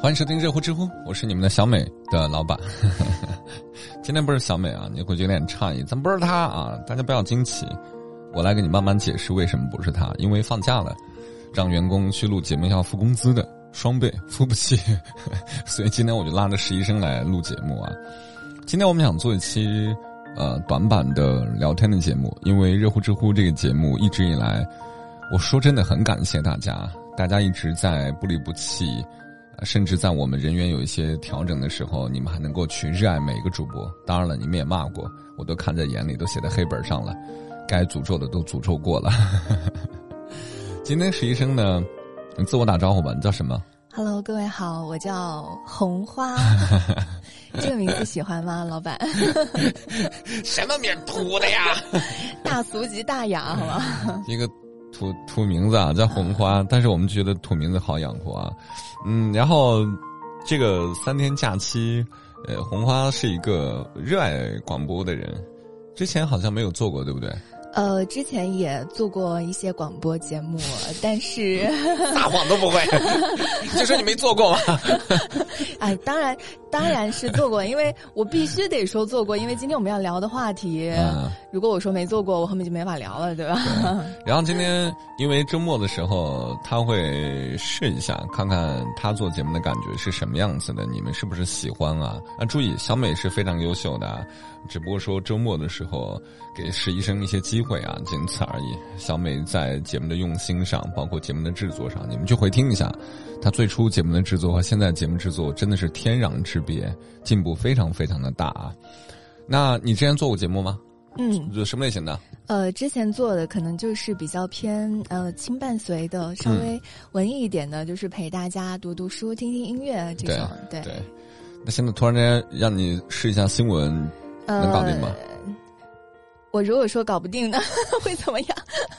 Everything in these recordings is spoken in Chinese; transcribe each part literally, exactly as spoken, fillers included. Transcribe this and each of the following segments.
欢迎收听热乎知乎，我是你们的小美的老板。今天不是小美啊，你会觉得有点诧异，怎么不是她啊？大家不要惊奇，我来给你慢慢解释为什么不是她。因为放假了，让员工去录节目要付工资的，双倍付不起，所以今天我就拉着实习生来录节目啊。今天我们想做一期呃短版的聊天的节目，因为热乎知乎这个节目一直以来，我说真的很感谢大家，大家一直在不离不弃。甚至在我们人员有一些调整的时候，你们还能够去热爱每一个主播。当然了，你们也骂过，我都看在眼里，都写在黑本上了，该诅咒的都诅咒过了。今天实习生呢，你自我打招呼吧，你叫什么？ Hello， 各位好，我叫红花。这个名字喜欢吗，老板？ 什么名土的呀？ 大俗即大雅，好吗？ 一个土土名字啊，叫红花，但是我们觉得土名字好养活啊。嗯，然后这个三天假期，呃，红花是一个热爱广播的人，之前好像没有做过，对不对？ 呃，之前也做过一些广播节目，但是撒谎都不会，就说你没做过吗？ 哎，当然，当然是做过，因为我必须得说做过，因为今天我们要聊的话题，嗯、如果我说没做过，我后面就没法聊了，对吧？ 对。然后今天因为周末的时候，他会试一下，看看他做节目的感觉是什么样子的，你们是不是喜欢啊？啊，注意，小美是非常优秀的啊。只不过说周末的时候给实习生一些机会啊，仅此而已。小美在节目的用心上，包括节目的制作上，你们去回听一下，她最初节目的制作和现在节目制作真的是天壤之别，进步非常非常的大啊。那你之前做过节目吗？ 嗯， 做什么类型的？ 呃，之前做的可能就是比较偏呃轻伴随的，稍微文艺一点的，嗯、就是陪大家读读书、听听音乐这种。对对, 对。那现在突然间让你试一下新闻。能搞定吗？ 呃、我如果说搞不定呢，会怎么样？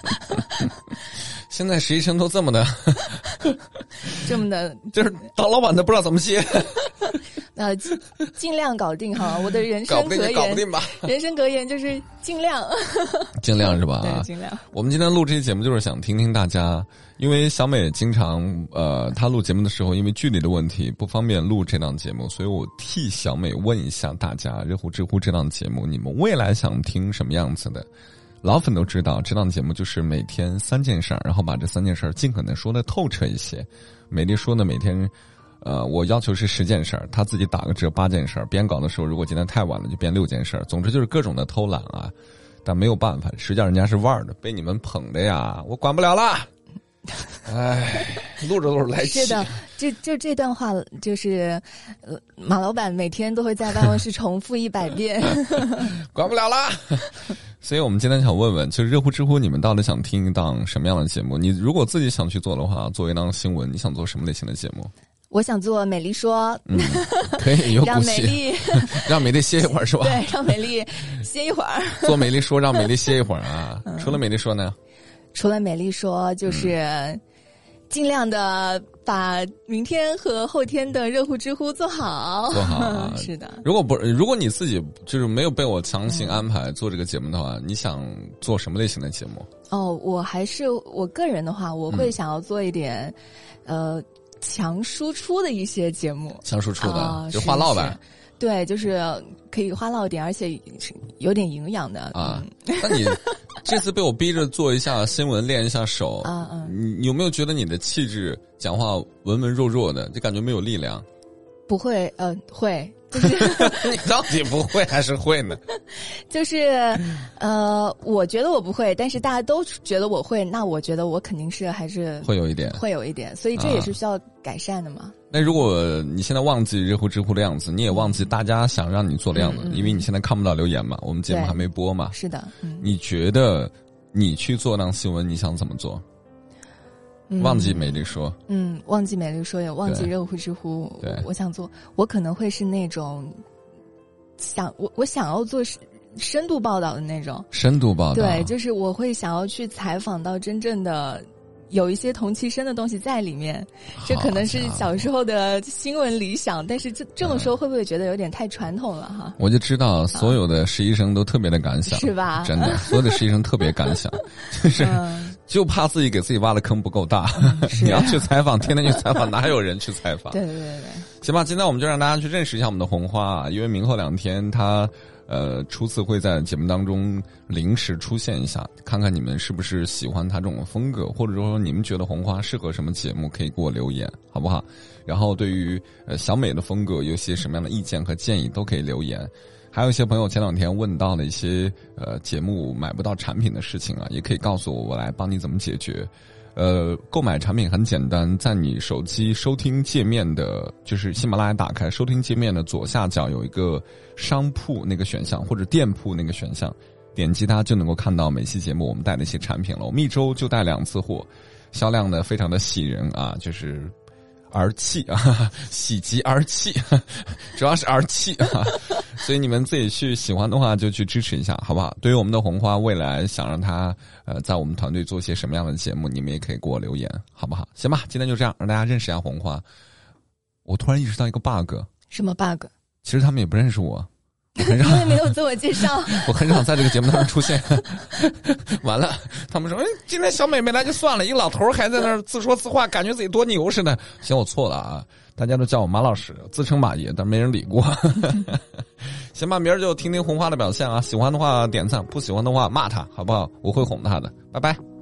现在实习生都这么的， 这么的， 就是当老板的不知道怎么接。 呃，尽量搞定哈。我的人生格言， 搞不定吧？ 人生格言就是尽量， 尽量是吧？ 对，尽量。 我们今天录这期节目就是想听听大家，因为小美经常呃，她录节目的时候，因为距离的问题不方便录这档节目，所以我替小美问一下大家，热乎知乎这档节目，你们未来想听什么样子的？老粉都知道，这档节目就是每天三件事儿，然后把这三件事儿尽可能说的透彻一些。美丽说呢，每天。呃，我要求是十件事儿，他自己打个折八件事儿。编稿的时候，如果今天太晚了，就编六件事儿。总之就是各种的偷懒啊，但没有办法，实际上人家是腕儿的，被你们捧的呀，我管不了啦。哎，录着录着来气。 是的，就就这段话，就是呃，马老板每天都会在办公室重复一百遍， 管不了啦。所以我们今天想问问，就是热乎知乎，你们到底想听一档什么样的节目？你如果自己想去做的话，做一档新闻，你想做什么类型的节目？ 我想做美丽说， 嗯，可以有让美丽让美丽歇一会儿是吧？ 对，让美丽歇一会儿。 做美丽说，让美丽歇一会儿啊。嗯、除了美丽说呢？ 除了美丽说，就是尽量的把明天和后天的热乎知乎做好。 做好、啊， 是的。 如果不，如果你自己就是没有被我强行安排做这个节目的话，嗯、你想做什么类型的节目？ 哦，我还是我个人的话，我会想要做一点，嗯、呃。强输出的一些节目， 强输出的、 哦、 就话唠呗， 对，就是可以话唠点，而且有点营养的啊。嗯、那你这次被我逼着做一下新闻，练一下手啊，嗯，你有没有觉得你的气质、讲话文文弱弱的，就感觉没有力量？ 不会，呃，会。就是你到底不会还是会呢？ 就是呃，我觉得我不会，但是大家都觉得我会，那我觉得我肯定是还是会有一点， 会有一点，所以这也是需要改善的嘛。啊、 那如果你现在忘记热乎知乎的样子，你也忘记大家想让你做的样子，嗯、因为你现在看不到留言嘛，我们节目还没播嘛。 是的，嗯、 你觉得你去做那新闻，你想怎么做？忘记美丽说， 嗯，忘记美丽说，也忘记热乎知乎。 对， 我想做，我可能会是那种想我我想要做深度报道的那种。 深度报道， 对，就是我会想要去采访到真正的有一些同期声的东西在里面。这可能是小时候的新闻理想，但是这这种时候会不会觉得有点太传统了哈？ 我就知道所有的实习生都特别的敢想， 是吧？ 真的，所有的实习生特别敢想，就是。嗯就怕自己给自己挖的坑不够大。 嗯、 你要去采访，天天去采访，哪有人去采访？ 对对对对。 行吧，今天我们就让大家去认识一下我们的红花啊，因为明后两天他呃初次会在节目当中临时出现一下，看看你们是不是喜欢他这种风格，或者说你们觉得红花适合什么节目，可以给我留言，好不好？然后对于呃小美的风格有些什么样的意见和建议都可以留言。还有一些朋友前两天问到的一些呃节目买不到产品的事情啊，也可以告诉我，我来帮你怎么解决。呃，购买产品很简单，在你手机收听界面的，就是喜马拉雅打开收听界面的左下角有一个商铺那个选项，或者店铺那个选项，点击它就能够看到每期节目我们带的一些产品了。我们一周就带两次货，销量呢非常的喜人啊，就是儿气啊，喜极而泣，主要是儿气啊，所以你们自己去喜欢的话就去支持一下，好不好？对于我们的红花，未来想让他呃在我们团队做些什么样的节目，你们也可以给我留言，好不好？行吧，今天就这样，让大家认识一下红花。我突然意识到一个 bug， 什么 bug？ 其实他们也不认识我。 因为没有自我介绍， 我很少在这个节目当中出现。完了，他们说：“哎，今天小美没来就算了，一个老头还在那儿自说自话，感觉自己多牛似的。”行，我错了啊！大家都叫我马老师，自称马爷，但没人理过。行吧，明儿就听听红花的表现啊！喜欢的话点赞，不喜欢的话骂他，好不好？我会哄他的。拜拜。